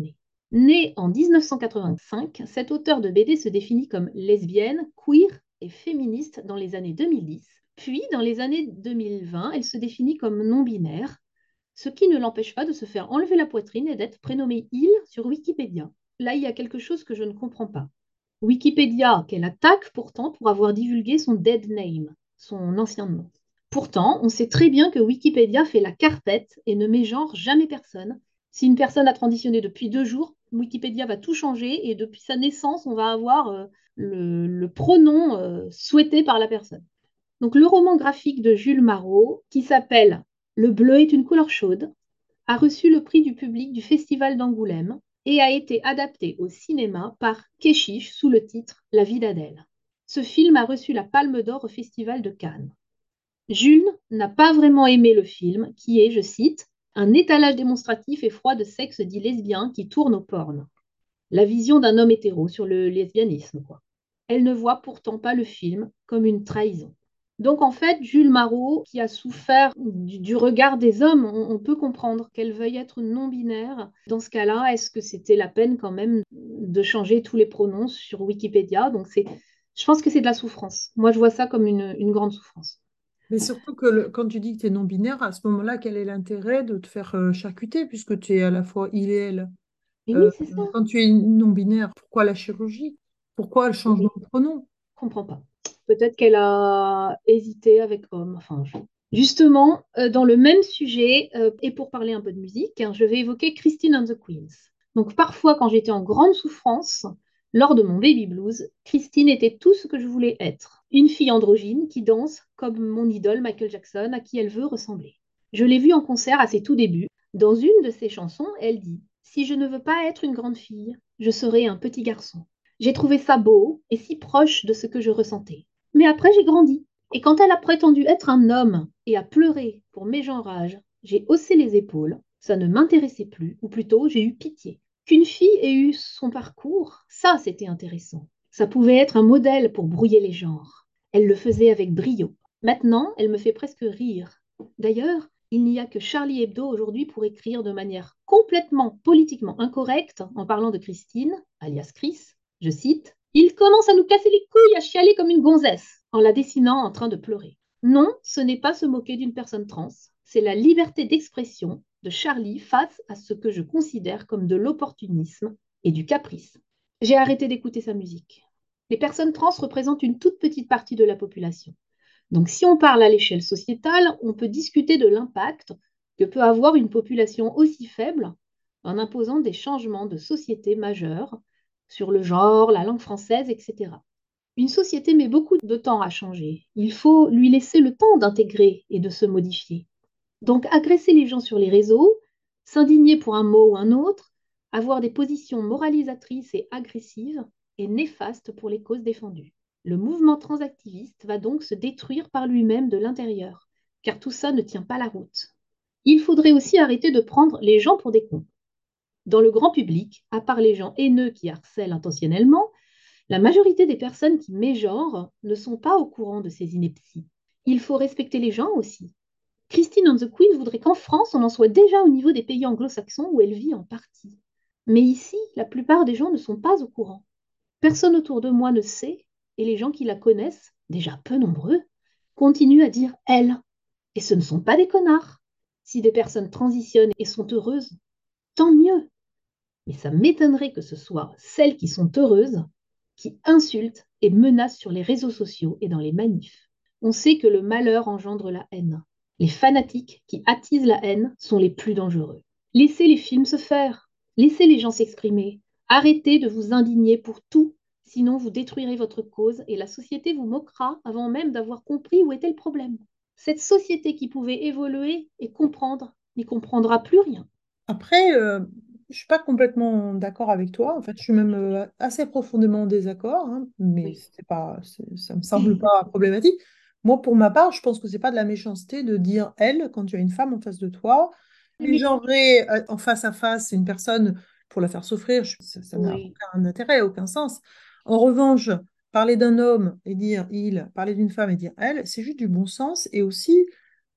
Née en mille neuf cent quatre-vingt-cinq, cette auteure de B D se définit comme lesbienne, queer et féministe dans les années deux mille dix. Puis, dans les années deux mille vingt, elle se définit comme non-binaire, ce qui ne l'empêche pas de se faire enlever la poitrine et d'être prénommée il sur Wikipédia. Là, il y a quelque chose que je ne comprends pas. Wikipédia, qu'elle attaque pourtant pour avoir divulgué son dead name, son ancien nom. Pourtant, on sait très bien que Wikipédia fait la carpette et ne met genre jamais personne. Si une personne a transitionné depuis deux jours, Wikipédia va tout changer et depuis sa naissance, on va avoir euh, le, le pronom euh, souhaité par la personne. Donc le roman graphique de Jules Marot, qui s'appelle Le bleu est une couleur chaude, a reçu le prix du public du Festival d'Angoulême et a été adapté au cinéma par Keshish sous le titre La vie d'Adèle. Ce film a reçu la Palme d'Or au Festival de Cannes. Jules n'a pas vraiment aimé le film, qui est, je cite, un étalage démonstratif et froid de sexe dit lesbien qui tourne au porn. La vision d'un homme hétéro sur le lesbianisme, quoi. Elle ne voit pourtant pas le film comme une trahison. Donc en fait, Jules Marot, qui a souffert du, du regard des hommes, on, on peut comprendre qu'elle veuille être non-binaire. Dans ce cas-là, est-ce que c'était la peine quand même de changer tous les pronoms sur Wikipédia? Donc c'est, je pense que c'est de la souffrance. Moi, je vois ça comme une, une grande souffrance. Mais surtout que le- quand tu dis que tu es non-binaire, à ce moment-là, quel est l'intérêt de te faire euh, charcuter puisque tu es à la fois il et elle? Et oui, Euh, c'est ça. Quand tu es non-binaire, pourquoi la chirurgie? Pourquoi le changement Oui, de pronom? je comprends pas. Peut-être qu'elle a hésité avec homme. Enfin, je- justement, euh, dans le même sujet, euh, et pour parler un peu de musique, hein, je vais évoquer Christine and the Queens. Donc parfois, quand j'étais en grande souffrance, lors de mon baby blues, Christine était tout ce que je voulais être. Une fille androgyne qui danse comme mon idole Michael Jackson, à qui elle veut ressembler. Je l'ai vue en concert à ses tout débuts. Dans une de ses chansons, elle dit: Si je ne veux pas être une grande fille, je serai un petit garçon. J'ai trouvé ça beau et si proche de ce que je ressentais. Mais après, j'ai grandi. Et quand elle a prétendu être un homme et a pleuré pour mégenrage, j'ai haussé les épaules. Ça ne m'intéressait plus, ou plutôt, j'ai eu pitié. Qu'une fille ait eu son parcours, ça, c'était intéressant. Ça pouvait être un modèle pour brouiller les genres. Elle le faisait avec brio. Maintenant, elle me fait presque rire. D'ailleurs, il n'y a que Charlie Hebdo aujourd'hui pour écrire de manière complètement politiquement incorrecte en parlant de Christine, alias Chris, je cite: Il commence à nous casser les couilles, à chialer comme une gonzesse, en la dessinant en train de pleurer. Non, ce n'est pas se moquer d'une personne trans, c'est la liberté d'expression de Charlie face à ce que je considère comme de l'opportunisme et du caprice. J'ai arrêté d'écouter sa musique. Les personnes trans représentent une toute petite partie de la population. Donc si on parle à l'échelle sociétale, on peut discuter de l'impact que peut avoir une population aussi faible en imposant des changements de société majeurs sur le genre, la langue française, et cetera. Une société met beaucoup de temps à changer. Il faut lui laisser le temps d'intégrer et de se modifier. Donc agresser les gens sur les réseaux, s'indigner pour un mot ou un autre, avoir des positions moralisatrices et agressives est néfaste pour les causes défendues. Le mouvement transactiviste va donc se détruire par lui-même de l'intérieur, car tout ça ne tient pas la route. Il faudrait aussi arrêter de prendre les gens pour des cons. Dans le grand public, à part les gens haineux qui harcèlent intentionnellement, la majorité des personnes qui mégenrent ne sont pas au courant de ces inepties. Il faut respecter les gens aussi. Christine and the Queen voudrait qu'en France, on en soit déjà au niveau des pays anglo-saxons où elle vit en partie. Mais ici, la plupart des gens ne sont pas au courant. Personne autour de moi ne sait, et les gens qui la connaissent, déjà peu nombreux, continuent à dire elle. Et ce ne sont pas des connards. Si des personnes transitionnent et sont heureuses, tant mieux. Mais ça m'étonnerait que ce soit celles qui sont heureuses qui insultent et menacent sur les réseaux sociaux et dans les manifs. On sait que le malheur engendre la haine. Les fanatiques qui attisent la haine sont les plus dangereux. Laissez les films se faire. Laissez les gens s'exprimer. Arrêtez de vous indigner pour tout, sinon vous détruirez votre cause et la société vous moquera avant même d'avoir compris où était le problème. Cette société qui pouvait évoluer et comprendre n'y comprendra plus rien. Après, euh, je suis pas complètement d'accord avec toi. En fait, je suis même euh, assez profondément en désaccord, hein, mais Oui. c'est pas, c'est- ça me semble pas problématique. Moi, pour ma part, je pense que c'est pas de la méchanceté de dire elle quand tu as une femme en face de toi. Les Mais genrer euh, en face à face une personne pour la faire souffrir, je- ça ça n'a oui, aucun intérêt, aucun sens. En revanche, parler d'un homme et dire il, parler d'une femme et dire elle, c'est juste du bon sens et aussi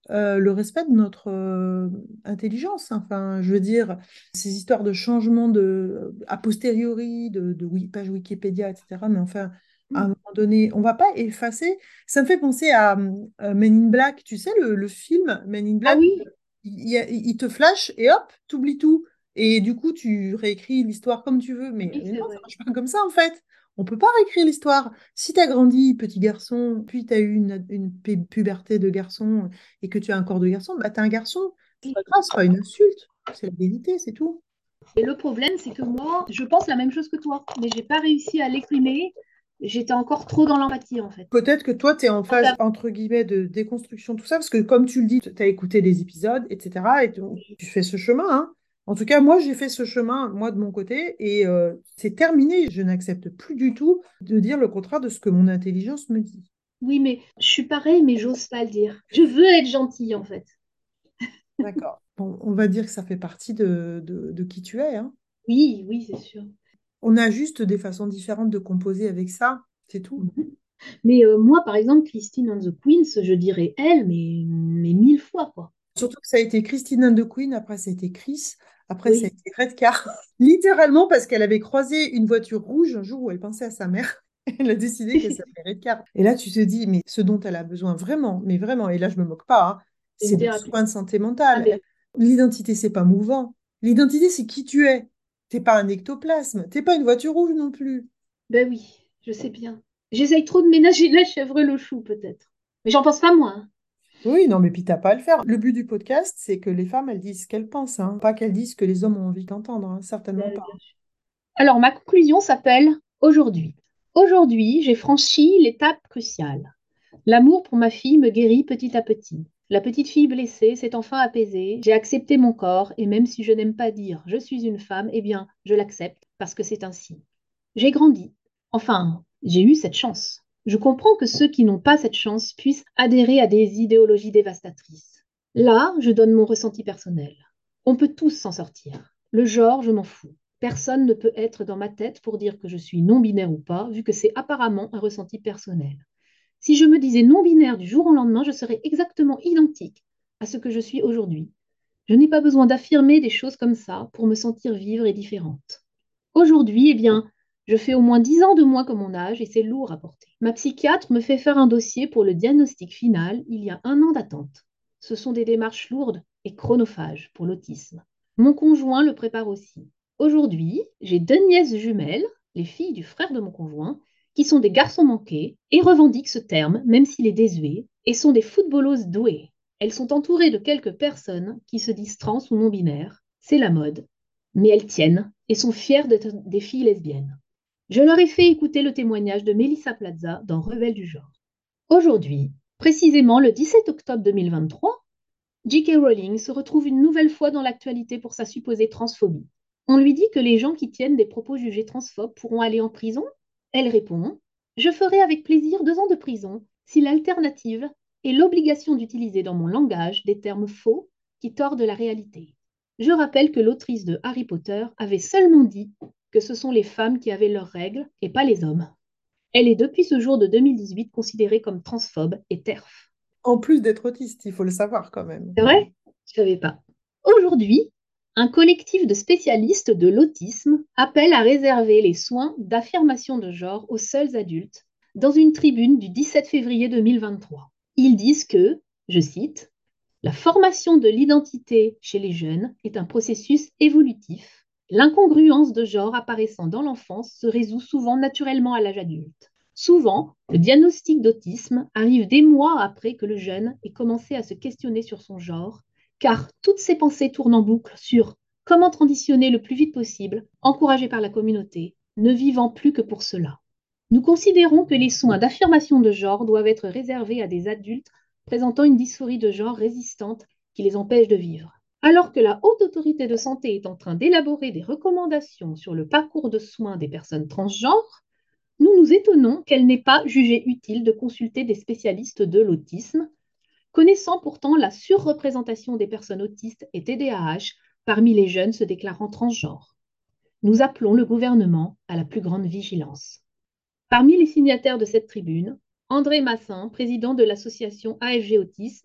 euh, le respect de notre euh, intelligence. Enfin, je veux dire, ces histoires de changement de, a posteriori, de, de wi- page Wikipédia, et cetera. Mais enfin, à un Mm. moment donné, on va pas effacer. Ça me fait penser à euh, Men in Black, tu sais, le, le film Men in Ah Black, oui, il, y a- il te flash et hop, t'oublies tout. Et du coup, tu réécris l'histoire comme tu veux. Mais, oui, mais c'est non, ça vrai. marche pas comme ça, en fait. On peut pas réécrire l'histoire. Si tu as grandi petit garçon, puis tu as eu une, une pu- puberté de garçon et que tu as un corps de garçon, bah, tu es un garçon. C'est Oui. pas grave, c'est pas une insulte. C'est la vérité, c'est tout. Et le problème, c'est que moi, je pense la même chose que toi, mais j'ai pas réussi à l'exprimer. J'étais encore trop dans l'empathie, en fait. Peut-être que toi, tu es en phase, Enfin, entre guillemets, de déconstruction, tout ça, parce que comme tu le dis, tu as écouté des épisodes, et cetera. Et tu, tu fais ce chemin, hein. En tout cas, moi, j'ai fait ce chemin, moi, de mon côté, et euh, c'est terminé. Je n'accepte plus du tout de dire le contraire de ce que mon intelligence me dit. oui, mais je suis pareil, mais j'ose pas le dire. Je veux être gentille, en fait. D'accord. Bon, on va dire que ça fait partie de, de, de qui tu es, hein. Oui, oui, c'est sûr. On a juste des façons différentes de composer avec ça, c'est tout. Mhm. Mais euh, moi, par exemple, Christine and the Queens, je dirais elle, mais, mais mille fois, quoi. Surtout que ça a été Christine and the Queen, après ça a été Chris, après ça a Oui, été Redcar. Littéralement parce qu'elle avait croisé une voiture rouge un jour où elle pensait à sa mère. Elle a décidé qu'elle s'appelait Redcar. Et là, tu te dis, mais ce dont elle a besoin vraiment, mais vraiment, et là, je me moque pas, hein, c'est une c'est de thérapie. soins de santé Ah, mentale. mais L'identité, c'est pas mouvant. L'identité, c'est qui tu es. T'es pas un ectoplasme, t'es pas une voiture rouge non plus. ben oui, je sais bien. J'essaye trop de ménager la chèvre et le chou, peut-être. Mais j'en pense pas moins. Oui, non, mais puis t'as pas à le faire. Le but du podcast, c'est que les femmes, elles disent ce qu'elles pensent, hein. Pas qu'elles disent ce que les hommes ont envie d'entendre, hein. Certainement Ben, pas. bien sûr. Alors, ma conclusion s'appelle aujourd'hui. Aujourd'hui, j'ai franchi l'étape cruciale. L'amour pour ma fille me guérit petit à petit. La petite fille blessée s'est enfin apaisée. J'ai accepté mon corps et même si je n'aime pas dire je suis une femme, eh bien, je l'accepte parce que c'est ainsi. J'ai grandi. Enfin, j'ai eu cette chance. Je comprends que ceux qui n'ont pas cette chance puissent adhérer à des idéologies dévastatrices. Là, je donne mon ressenti personnel. On peut tous s'en sortir. Le genre, je m'en fous. Personne ne peut être dans ma tête pour dire que je suis non-binaire ou pas, vu que c'est apparemment un ressenti personnel. Si je me disais non-binaire du jour au lendemain, je serais exactement identique à ce que je suis aujourd'hui. Je n'ai pas besoin d'affirmer des choses comme ça pour me sentir vivre et différente. Aujourd'hui, eh bien, je fais au moins dix ans de moins que mon âge et c'est lourd à porter. Ma psychiatre me fait faire un dossier pour le diagnostic final il y a un an d'attente. Ce sont des démarches lourdes et chronophages pour l'autisme. Mon conjoint le prépare aussi. Aujourd'hui, j'ai deux nièces jumelles, les filles du frère de mon conjoint, qui sont des garçons manqués et revendiquent ce terme, même s'il est désuet, et sont des footballeuses douées. Elles sont entourées de quelques personnes qui se disent trans ou non-binaires. C'est la mode, mais elles tiennent et sont fières d'être des filles lesbiennes. Je leur ai fait écouter le témoignage de Melissa Plaza dans Rebelle du genre. Aujourd'hui, précisément le dix-sept octobre deux mille vingt-trois, J K. Rowling se retrouve une nouvelle fois dans l'actualité pour sa supposée transphobie. On lui dit que les gens qui tiennent des propos jugés transphobes pourront aller en prison. Elle répond: je ferai avec plaisir deux ans de prison si l'alternative est l'obligation d'utiliser dans mon langage des termes faux qui tordent la réalité. Je rappelle que l'autrice de Harry Potter avait seulement dit que ce sont les femmes qui avaient leurs règles et pas les hommes. Elle est depuis ce jour de deux mille dix-huit considérée comme transphobe et TERF. En plus d'être autiste, il faut le savoir quand même. C'est vrai? Je ne savais pas. Aujourd'hui, un collectif de spécialistes de l'autisme appelle à réserver les soins d'affirmation de genre aux seuls adultes dans une tribune du dix-sept février deux mille vingt-trois. Ils disent que, je cite, la formation de l'identité chez les jeunes est un processus évolutif. L'incongruence de genre apparaissant dans l'enfance se résout souvent naturellement à l'âge adulte. Souvent, le diagnostic d'autisme arrive des mois après que le jeune ait commencé à se questionner sur son genre, car toutes ses pensées tournent en boucle sur comment transitionner le plus vite possible, encouragé par la communauté, ne vivant plus que pour cela. Nous considérons que les soins d'affirmation de genre doivent être réservés à des adultes présentant une dysphorie de genre résistante qui les empêche de vivre. Alors que la Haute Autorité de Santé est en train d'élaborer des recommandations sur le parcours de soins des personnes transgenres, nous nous étonnons qu'elle n'ait pas jugé utile de consulter des spécialistes de l'autisme, connaissant pourtant la surreprésentation des personnes autistes et T D A H parmi les jeunes se déclarant transgenres. Nous appelons le gouvernement à la plus grande vigilance. Parmi les signataires de cette tribune, André Massin, président de l'association A F G Autisme,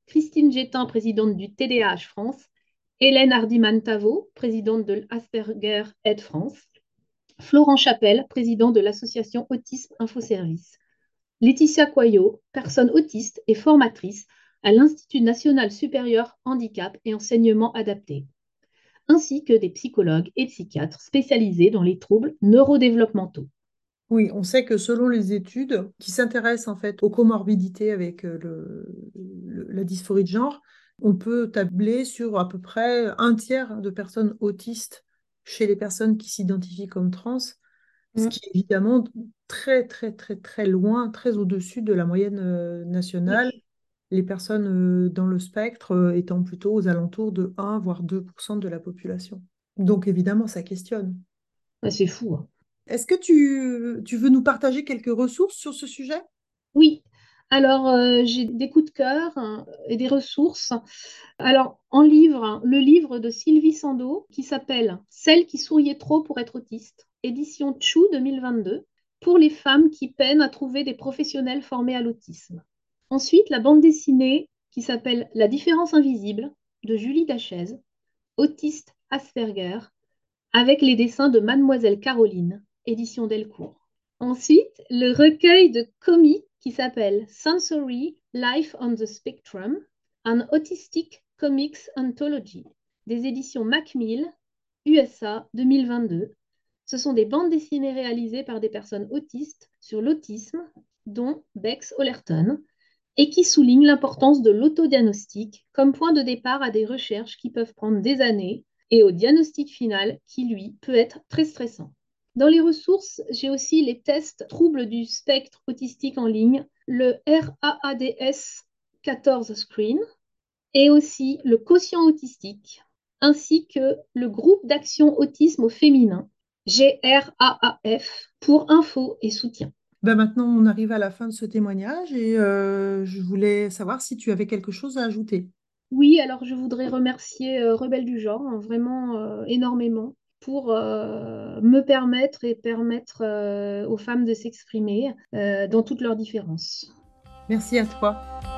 Christine Gétin, présidente du T D A H France, Hélène Hardiman-Tavo, présidente de l'Asperger Aide France, Florent Chapelle, président de l'association Autisme Infoservice, Laetitia Coyot, personne autiste et formatrice à l'Institut national supérieur handicap et enseignement adapté, ainsi que des psychologues et psychiatres spécialisés dans les troubles neurodéveloppementaux. Oui, on sait que selon les études qui s'intéressent en fait aux comorbidités avec euh, le, le- la dysphorie de genre, on peut tabler sur à peu près un tiers de personnes autistes chez les personnes qui s'identifient comme trans, ce Mm. qui est évidemment très très très très loin, très au-dessus de la moyenne euh, nationale, Oui, les personnes euh, dans le spectre euh, étant plutôt aux alentours de un voire deux pour cent de la population. Donc évidemment, ça questionne. c'est fou, hein. Est-ce que tu, tu veux nous partager quelques ressources sur ce sujet? Oui, alors euh, j'ai des coups de cœur hein, et des ressources. Alors, en livre, hein, le livre de Sylvie Sando qui s'appelle Celle qui souriait trop pour être autiste, édition Chou deux mille vingt-deux, pour les femmes qui peinent à trouver des professionnels formés à l'autisme. Ensuite, la bande dessinée qui s'appelle La différence invisible de Julie Dachaise, autiste Asperger, avec les dessins de Mademoiselle Caroline, édition Delcourt. Ensuite, le recueil de comics qui s'appelle Sensory Life on the Spectrum, An Autistic Comics Anthology, des éditions Macmill, U S A deux mille vingt-deux. Ce sont des bandes dessinées réalisées par des personnes autistes sur l'autisme, dont Bex Ollerton, et qui soulignent l'importance de l'autodiagnostic comme point de départ à des recherches qui peuvent prendre des années et au diagnostic final qui, lui, peut être très stressant. Dans les ressources, j'ai aussi les tests troubles du spectre autistique en ligne, le R A A D S quatorze Screen, et aussi le quotient autistique, ainsi que le groupe d'action autisme au féminin, G R A A F, pour info et soutien. Ben maintenant, on arrive à la fin de ce témoignage et euh, je voulais savoir si tu avais quelque chose à ajouter. Oui, alors je voudrais remercier euh, Rebelle du genre hein, vraiment euh, énormément pour euh, me permettre et permettre euh, aux femmes de s'exprimer euh, dans toutes leurs différences. Merci à toi.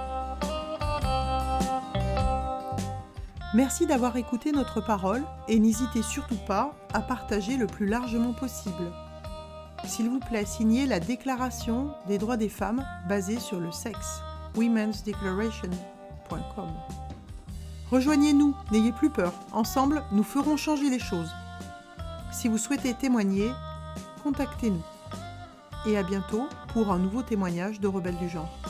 Merci d'avoir écouté notre parole et n'hésitez surtout pas à partager le plus largement possible. S'il vous plaît, signez la Déclaration des droits des femmes basée sur le sexe, womens declaration point com. Rejoignez-nous, n'ayez plus peur. Ensemble, nous ferons changer les choses. Si vous souhaitez témoigner, contactez-nous. Et à bientôt pour un nouveau témoignage de Rebelles du genre.